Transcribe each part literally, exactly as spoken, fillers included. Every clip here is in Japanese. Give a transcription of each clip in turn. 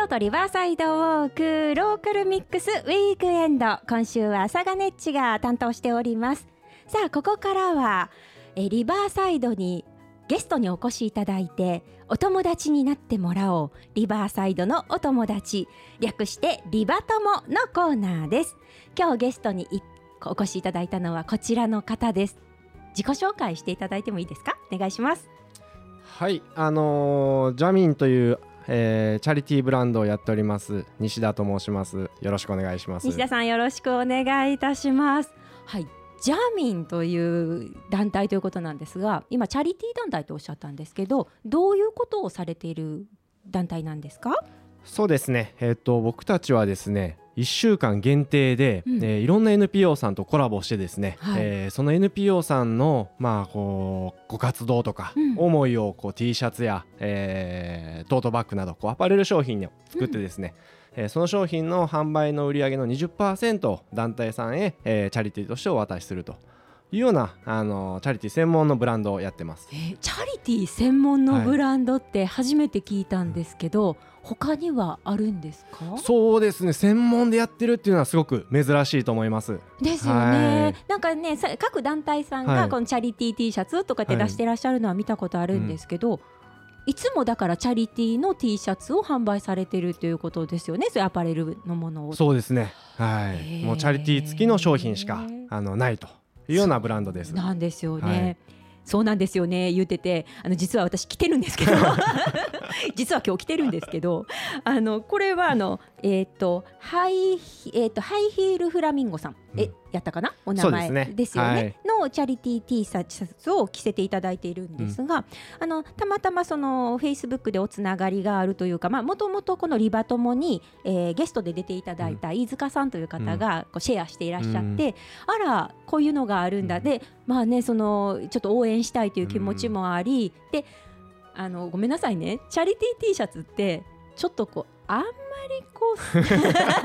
京都リバーサイドウォークローカルミックスウィークエンド、今週はサガネッチが担当しております。さあここからはえリバーサイドにゲストにお越しいただいてお友達になってもらおう、リバーサイドのお友達、略してリバ友のコーナーです。今日ゲストにお越しいただいたのはこちらの方です。自己紹介していただいてもいいですか？お願いします。 はい、あのー、ジャミンという、えー、チャリティーブランドをやっております西田と申します。よろしくお願いします。 西田さん、よろしくお願いいたします。はい、ジャミンという団体ということなんですが、今チャリティー団体とおっしゃったんですけど、どういうことをされている団体なんですか？ そうですね、えーと、僕たちはですねいっしゅうかん限定で、うんえー、いろんな エヌピーオー さんとコラボしてですね、はいえー、その エヌピーオー さんの、まあ、こうご活動とか、うん、思いをこう T シャツや、えー、トートバッグなどこうアパレル商品を作ってですね、うんえー、その商品の販売の売り上げの にじゅっパーセント を団体さんへ、えー、チャリティーとしてお渡しするというようなあのチャリティー専門のブランドをやってます。 えー、チャリティー専門のブランドって初めて聞いたんですけど、はい、他にはあるんですか？ そうですね、専門でやってるっていうのはすごく珍しいと思います。 ですよね、はい、なんかね各団体さんがこのチャリティー T シャツとかって出してらっしゃるのは見たことあるんですけど、はいうん、いつもだからチャリティーの T シャツを販売されてるということですよね。そういうアパレルのものを。 そうですね、はい、もうチャリティー付きの商品しかあのないというようなブランドです。 そうなんですよね、はい、そうなんですよね言ってて、あの実は私着てるんですけど実は今日着てるんですけど、あのこれはあの、えー、とハイ、えー、とハイヒールフラミンゴさん、うん、えやったかなお名前ですよね、はい、のチャリティー T シャツを着せていただいているんですが、うん、あのたまたまその Facebook でおつながりがあるというか、もともとこのリバ友に、えー、ゲストで出ていただいた飯塚さんという方がこうシェアしていらっしゃって、うん、あらこういうのがあるんだ、うん、でまあねそのちょっと応援したいという気持ちもあり、うん、であのごめんなさいね、チャリティー T シャツってちょっとこうあんまりこうあんまり着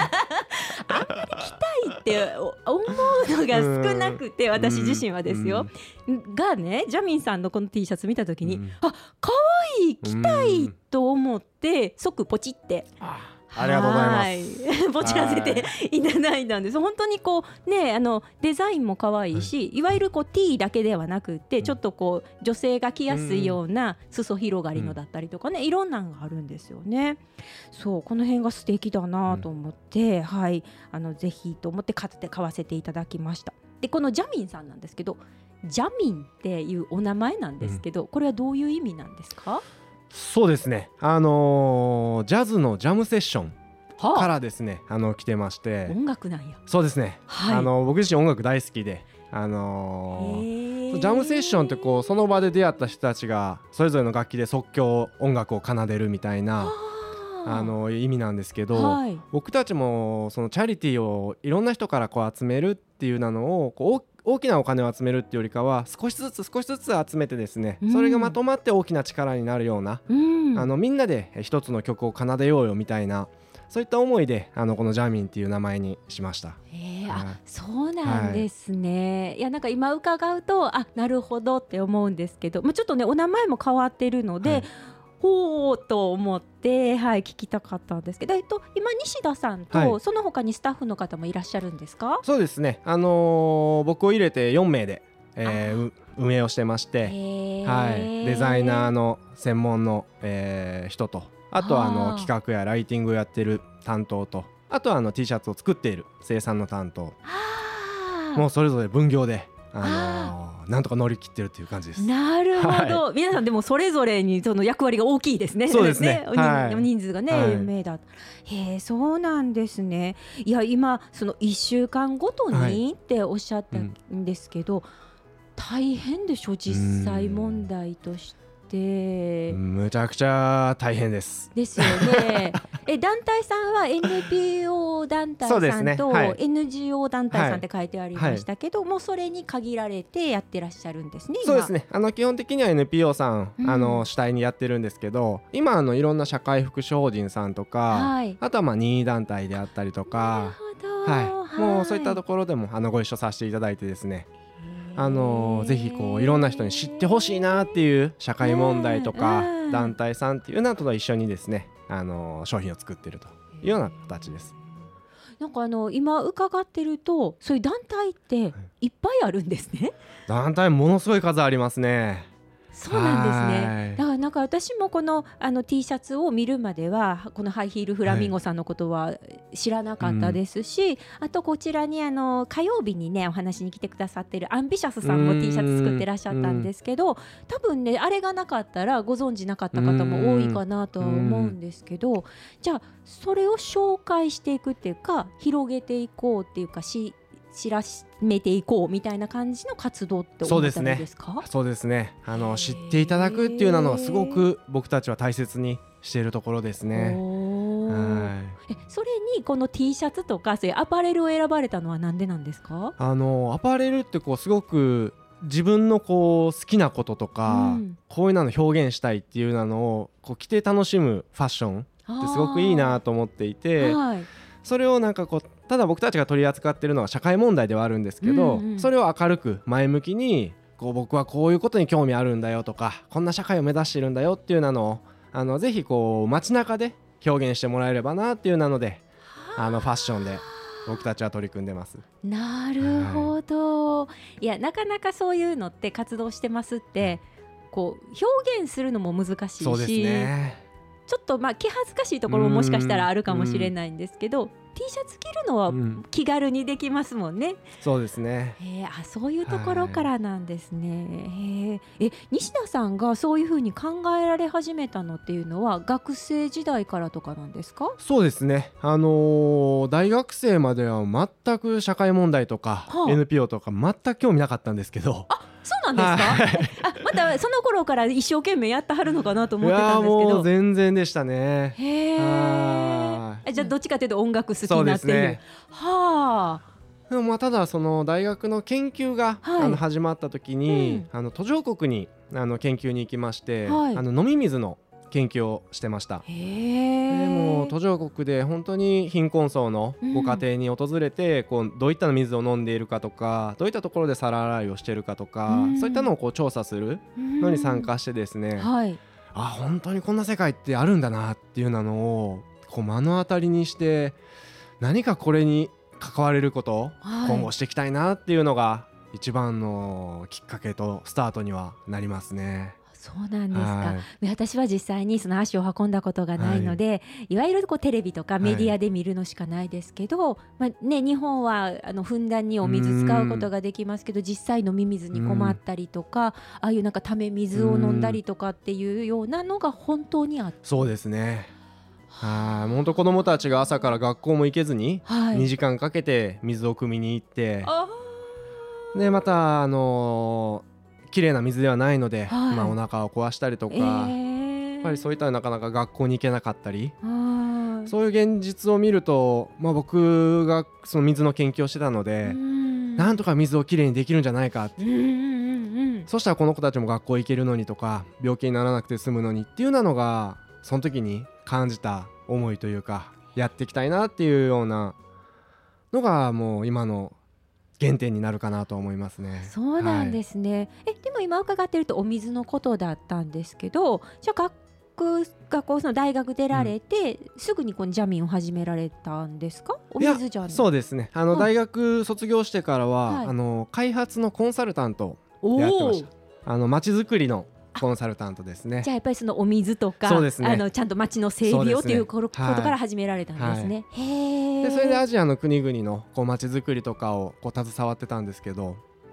たいって思うのが少なくて、私自身はですよ、うん、がねジャミンさんのこの T シャツ見た時に、うん、あ可愛い着たいと思って即ポチってありがとうございます。 ポチらせていただいたんです。本当にこうね、あのデザインも可愛いし、はい、いわゆるこう T だけではなくって、うん、ちょっとこう女性が着やすいような裾広がりのだったりとかね、うん、いろんなのがあるんですよね。そうこの辺が素敵だなと思って、うん、はいあのぜひと思って買って買わせていただきました。でこのジャミンさんなんですけど、ジャミンっていうお名前なんですけど、うん、これはどういう意味なんですか？ そうですね、あのー、ジャズのジャムセッションからですね、はあ、あの来てまして。 音楽なんや。 そうですね、はい、あの僕自身音楽大好きで、あのー、ジャムセッションってこうその場で出会った人たちがそれぞれの楽器で即興音楽を奏でるみたいなあの意味なんですけど、はい、僕たちもそのチャリティーをいろんな人からこう集めるっていうのをこう大きなお金を集めるっていうよりかは少しずつ少しずつ集めてですね、うん、それがまとまって大きな力になるような、うん、あのみんなで一つの曲を奏でようよみたいな、そういった思いであのこのジャミンっていう名前にしました。 へー、あ、そうなんですね、はい、いやなんか今伺うとあなるほどって思うんですけど、まあ、ちょっとねお名前も変わってるので、はい、ほうと思って、はい、聞きたかったんですけど、えっと、今西田さんと、はい、その他にスタッフの方もいらっしゃるんですか？ そうですね、あのー、僕を入れてよんめいで、えー、運営をしてまして、はい、デザイナーの専門の、えー、人と、あとはあの企画やライティングをやってる担当と、あとはあの T シャツを作っている生産の担当、もうそれぞれ分業で、あのー、なんとか乗り切ってるっていう感じです。 なるほど、はい、皆さんでもそれぞれにその役割が大きいですね。 そうですね、 ね、はい、人数がね、はい、有名だ。へえ、そうなんですね。いや今そのいっしゅうかんごとにっておっしゃったんですけど、はい、大変でしょ実際問題として。 むちゃくちゃ大変ですですよねえ団体さんは エヌピーオー 団体さんと エヌジーオー 団体さんって書いてありましたけど、はいはい、もうそれに限られてやってらっしゃるんですね。 そうですね、あの基本的には エヌピーオー さん、うん、あの主体にやってるんですけど、今あのいろんな社会福祉法人さんとか、はい、あとはまあ任意団体であったりとか、はい、もうそういったところでもあのご一緒させていただいてですね、あのぜひこういろんな人に知ってほしいなっていう社会問題とか団体さんっていうのと一緒にですね、 あの商品を作っているというような形です。 なんかあの今伺ってるとそういう団体っていっぱいあるんですね。 団体ものすごい数ありますね。 そうなんですね。だからなんか私もこのあの T シャツを見るまではこのハイヒールフラミンゴさんのことは知らなかったですし、はい、うん、あとこちらにあの火曜日にねお話に来てくださってるアンビシャスさんも T シャツ作ってらっしゃったんですけど、多分ねあれがなかったらご存知なかった方も多いかなとは思うんですけど、じゃあそれを紹介していくっていうか広げていこうっていうかし知らしめていこうみたいな感じの活動って思ったらいいですか？ そうですね。あの知っていただくっていうのはすごく僕たちは大切にしているところですね。 はい、えそれにこの T シャツとかそういうアパレルを選ばれたのはなんでなんですか？ あのアパレルってこうすごく自分のこう好きなこととか、うん、こういうのを表現したいっていうのをこう着て楽しむファッションってすごくいいなと思っていて、はい、それをなんかこうただ僕たちが取り扱っているのは社会問題ではあるんですけど、うんうん、それを明るく前向きにこう僕はこういうことに興味あるんだよとかこんな社会を目指しているんだよっていうのをあのぜひこう街中で表現してもらえればなっていうなのであのファッションで僕たちは取り組んでます。 なるほど、はい、いやなかなかそういうのって活動してますってこう表現するのも難しいし、 そうですね、 ちょっとまあ気恥ずかしいところももしかしたらあるかもしれないんですけど、T シャツ着るのは気軽にできますもんね、うん、 そうですね、 えー、あそういうところからなんですね、はい、え西田さんがそういうふうに考えられ始めたのっていうのは学生時代からとかなんですか？ そうですね、あのー、大学生までは全く社会問題とか、はあ、エヌピーオー とか全く興味なかったんですけど、 あそうなんですか、はい、あまたその頃から一生懸命やってはるのかなと思ってたんですけど。 いやもう全然でしたね。 へー、じゃあどっちかというと音楽好きになっている。そうですね、はあ、 でもまあただその大学の研究が、はい、あの始まった時に、うん、あの途上国にあの研究に行きまして、はい、あの飲み水の研究をしてました。へでも途上国で本当に貧困層のご家庭に訪れて、うん、こうどういった水を飲んでいるかとかどういったところで皿洗いをしているかとか、うん、そういったのをこう調査するのに参加してですね、うん、はい、あ本当にこんな世界ってあるんだなっていうのをこう目の当たりにして何かこれに関われることを今後していきたいなっていうのが一番のきっかけとスタートにはなりますね。 そうなんですか、はい、私は実際にその足を運んだことがないので、はい、いわゆるこうテレビとかメディアで見るのしかないですけど、はいまあね、日本はあのふんだんにお水使うことができますけど実際飲み水に困ったりとかああいうなんかため水を飲んだりとかっていうようなのが本当にあって。 そうですね、はい本当子どもたちが朝から学校も行けずににじかんかけて水を汲みに行って、はい、でまたあのー綺麗な水ではないので、はいまあ、お腹を壊したりとか、えー、やっぱりそういったなかなか学校に行けなかったりそういう現実を見ると、まあ、僕がその水の研究をしてたのでなんとか水をきれいにできるんじゃないかって、うんうんうん、そしたらこの子たちも学校行けるのにとか病気にならなくて済むのにっていうのがその時に感じた思いというかやっていきたいなっていうようなのがもう今の原点になるかなと思いますね。 そうなんですね、はい、えでも今伺ってるとお水のことだったんですけどじゃあ学学校その大学出られて、うん、すぐにこのジャミンを始められたんですか？お水じゃん。 そうですねあの、はい、大学卒業してからは、はい、あの開発のコンサルタントをやってました。あの街づくりのコンサルタントですね。 じゃあやっぱりそのお水とかそうです、ね、あのちゃんと街の整備をということから始められたんですね。はい、へでそれでアジアの国々のこう街づくりとかをこう携わってたんですけど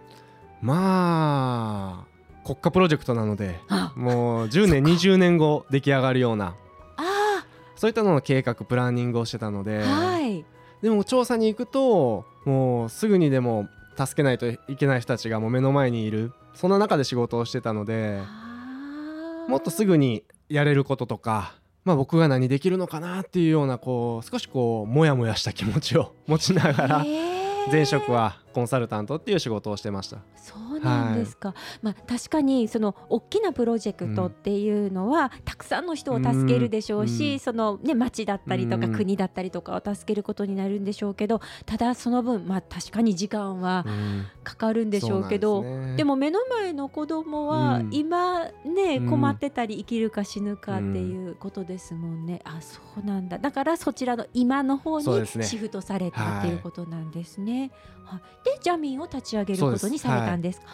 まあ国家プロジェクトなのでもうじゅうねんにじゅうねんご出来上がるようなあそういったのの計画プランニングをしてたので、はい、でも調査に行くともうすぐにでも助けないといけない人たちがもう目の前にいるそんな中で仕事をしてたのでもっとすぐにやれることとか、まあ、僕が何できるのかなっていうようなこう少しこうモヤモヤした気持ちを持ちながら前職はコンサルタントっていう仕事をしてました。 そうなんですか、はい、まあ、確かにその大きなプロジェクトっていうのは、うん、たくさんの人を助けるでしょうし、うん、そのね、町だったりとか、うん、国だったりとかを助けることになるんでしょうけど、ただその分、まあ、確かに時間はかかるんでしょうけど、うん、で, でも目の前の子供は今ね、うん、困ってたり生きるか死ぬかっていうことですもんね、うん、あ、そうなんだ。だからそちらの今の方にシフトされたっていうことなんですね。はい、でジャミンを立ち上げることにされたんですか。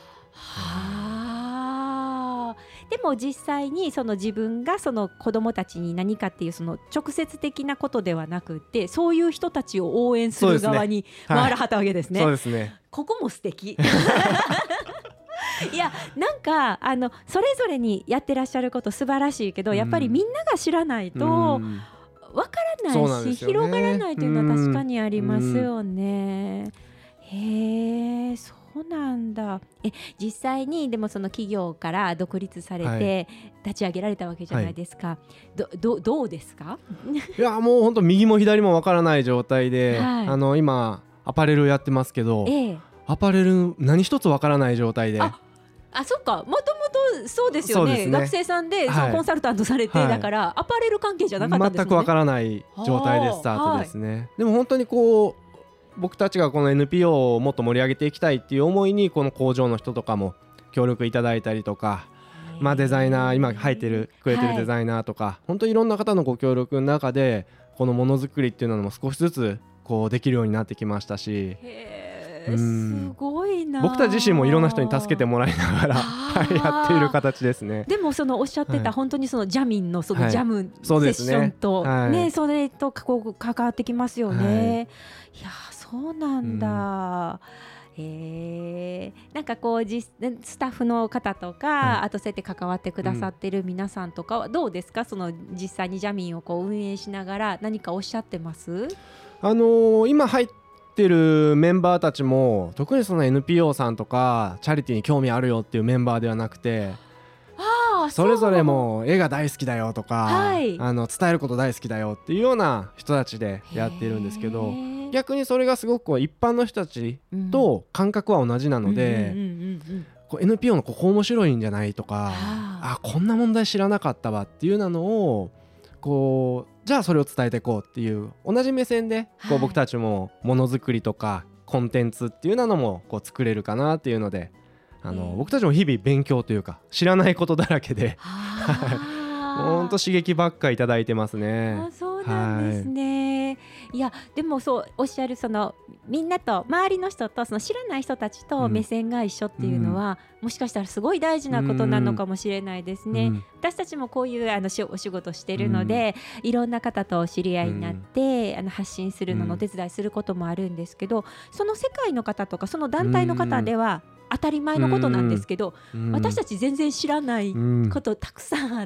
はあ、でも実際にその自分がその子どもたちに何かっていうその直接的なことではなくて、そういう人たちを応援する側に回らはったわけですね。 そうですね。 ここも素敵いや、なんかあのそれぞれにやってらっしゃること素晴らしいけど、うん、やっぱりみんなが知らないとわからないし、広がらないというのは確かにありますよね。へえ、そうなんだ。え、実際にでもその企業から独立されて立ち上げられたわけじゃないですか、はい、ど, ど, どうですか？ いや、もう本当右も左もわからない状態で、はい、あの今アパレルやってますけど、ええ、アパレル何一つわからない状態で、 ああ、そっか、もともとそうですよ ね, ですね、学生さんで、はい、そのコンサルタントされて、はい、だからアパレル関係じゃなかったんですもんね。 全くわからない状態でスタートですね、はい、でも本当にこう僕たちがこの エヌピーオー をもっと盛り上げていきたいっていう思いに、この工場の人とかも協力いただいたりとか、まあ、デザイナー、今入ってるくれてるデザイナーとか、はい、本当にいろんな方のご協力の中でこのものづくりっていうのも少しずつこうできるようになってきましたし、 へー、すごいな。 僕たち自身もいろんな人に助けてもらいながらやっている形ですね。 でもそのおっしゃってた、はい、本当にそのジャミンのそのジャムセッションと、はい、ね、それとこう関わってきますよね、はい、いや、そうなんだ、うん、えー、なんかこう実スタッフの方とか、はい、あとそうやって関わってくださってる皆さんとかはどうですか？その実際にジャミンをこう運営しながら何かおっしゃってます？あのー、今入ってるメンバーたちも特にその エヌピーオー さんとかチャリティーに興味あるよっていうメンバーではなくて、 あ、 それぞれも絵が大好きだよとか、 はい、 あの伝えること大好きだよっていうような人たちでやっているんですけど、逆にそれがすごくこう一般の人たちと感覚は同じなので、こう エヌピーオー のここ面白いんじゃないとか、あ、こんな問題知らなかったわっていうのをこう、じゃあそれを伝えていこうっていう同じ目線でこう僕たちもものづくりとかコンテンツっていうのもこう作れるかなっていうので、あの僕たちも日々勉強というか知らないことだらけでほんと刺激ばっかいただいてますね。 あ、そうなんですね、はい、いや、でもそうおっしゃるそのみんなと周りの人とその知らない人たちと目線が一緒っていうのは、うん、もしかしたらすごい大事なことなのかもしれないですね、うん、私たちもこういうあのお仕事してるので、うん、いろんな方と知り合いになって、うん、あの発信するののお手伝いすることもあるんですけど、その世界の方とかその団体の方では当たり前のことなんですけど、私たち全然知らないことたくさんあって、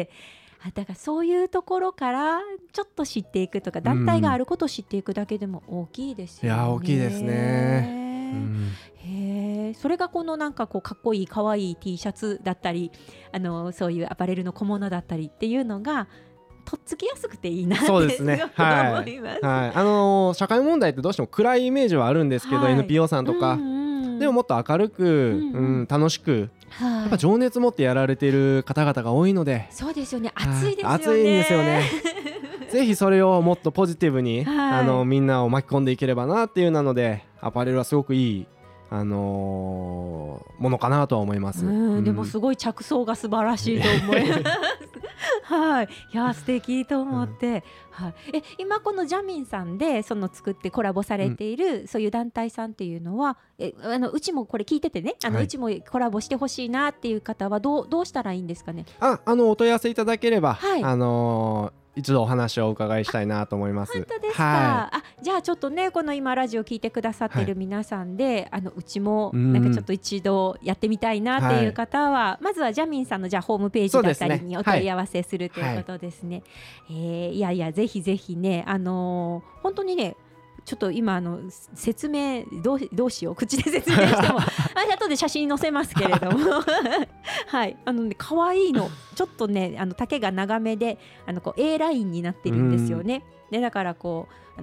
だからそういうところからちょっと知っていくとか、団体があることを知っていくだけでも大きいですよね。 いや、大きいですね、うん、 へー、それがこのなんかこうかっこいいかわいい T シャツだったり、あのそういうアパレルの小物だったりっていうのがとっつきやすくていいなってそうですね、 すごく思います、 はいはい、あのー、社会問題ってどうしても暗いイメージはあるんですけど、はい、エヌピーオー さんとか、うんうん、でももっと明るく、うんうん、楽しく、はい、やっぱ情熱持ってやられている方々が多いので。 そうですよね、熱いですよね、 熱いんですよねぜひそれをもっとポジティブに、はい、あのみんなを巻き込んでいければなっていうなので、アパレルはすごくいい、あのー、ものかなとは思います。うん、 でもすごい着想が素晴らしいと思いますはい、いや素敵と思って、うん、はい、え今このジャミンさんでその作ってコラボされている、うん、そういう団体さんっていうのは、えあのうちもこれ聞いててね、あの、はい、うちもコラボしてほしいなっていう方はどう、どうしたらいいんですかね。 あ、あのお問い合わせいただければ、はい、あのー一度お話をお伺いしたいなと思います。 本当ですか、はい、あ、じゃあちょっとね、この今ラジオ聞いてくださっている皆さんで、はい、あのうちもなんかちょっと一度やってみたいなっていう方は、はい、まずはジャミンさんのじゃあホームページだったりにお問い合わせするということですね、はい、えー、いやいやぜひぜひね、あのー、本当にね、ちょっと今あの説明どう、どうしよう、口で説明しても後で写真載せますけれどもはい、あのね、可愛いのちょっとね、あの丈が長めで、あのこう A ラインになってるんですよね。でだからこうあの T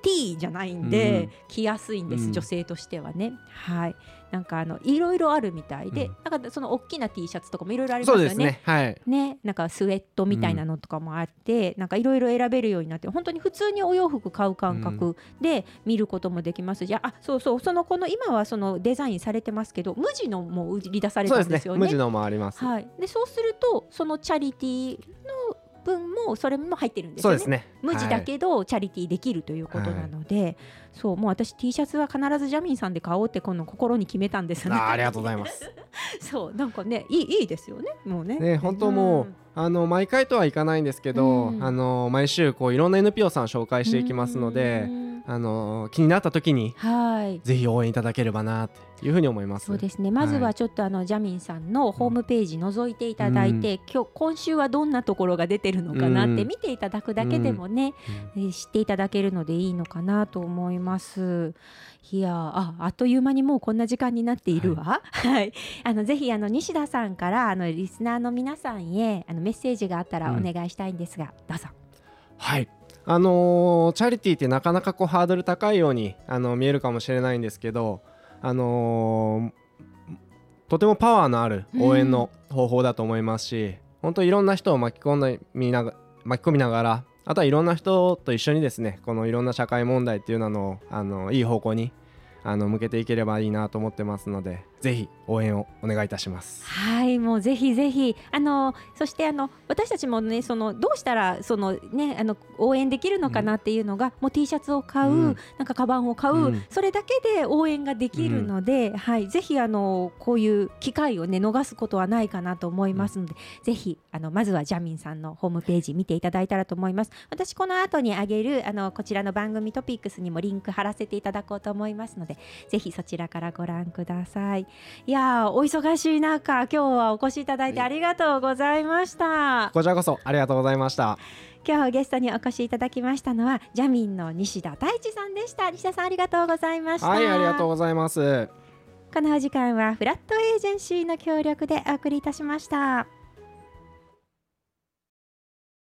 T じゃないんで、うん、着やすいんです、うん、女性としてはね。はい、なんかあのいろいろあるみたいで、うん、なんかその大きな T シャツとかもいろいろありますよね。 そうですね、はい、 ね、なんかスウェットみたいなのとかもあって、うん、なんかいろいろ選べるようになって、本当に普通にお洋服買う感覚で見ることもできますし、うん、あ、そうそう、そのこの今はそのデザインされてますけど、無地のも売り出されたんですよね。 そうですね、無地のもあります。 はい、でそうするとそのチャリティーの分もそれも入ってるんですよね。 そうですね、 無地だけどチャリティーできるということなので、はい、そう、もう私 T シャツは必ずジャミンさんで買おうってこの心に決めたんですよね。 あ, ありがとうございますそう、なんかね、いい、いいですよね、もうね。 ね、本当もう、うん、あの毎回とはいかないんですけど、うん、あの毎週こういろんな エヌピーオー さん紹介していきますので、あの気になった時に、はい、ぜひ応援いただければなというふうに思います。 そうですね、まずはちょっとあの、はい、ジャミンさんのホームページ覗いていただいて、うん、今日今週はどんなところが出てるのかなって見ていただくだけでもね、うんうん、知っていただけるのでいいのかなと思います。いや、あ、あっという間にもうこんな時間になっているわ。はい、はい、あのぜひあの西田さんからあのリスナーの皆さんへあのメッセージがあったらお願いしたいんですが、うん、どうぞ。 はい、あのー、チャリティーってなかなかこうハードル高いようにあの見えるかもしれないんですけど、あのー、とてもパワーのある応援の方法だと思いますし、うん、本当いろんな人を巻き込んだみなが巻き込みながら、あとはいろんな人と一緒にですね、このいろんな社会問題っていうのをあのいい方向にあの向けていければいいなと思ってますので、ぜひ応援をお願いいたします。はい、 もうぜひぜひ、あのそしてあの私たちもね、そのどうしたらその、ね、あの応援できるのかなっていうのが、うん、もう T シャツを買う、うん、なんかカバンを買う、うん、それだけで応援ができるので、うん、はい、ぜひあのこういう機会をね逃すことはないかなと思いますので、うん、ぜひあのまずはジャミンさんのホームページ見ていただいたらと思います。私この後にあげるあのこちらの番組トピックスにもリンク貼らせていただこうと思いますので、ぜひそちらからご覧ください。いやー、お忙しい中今日はお越しいただいてありがとうございました。 こちらこそありがとうございました。 今日ゲストにお越しいただきましたのはジャミンの西田太一さんでした。西田さん、ありがとうございました。 はい、ありがとうございます。 このお時間はフラットエージェンシーの協力でお送りいたしました。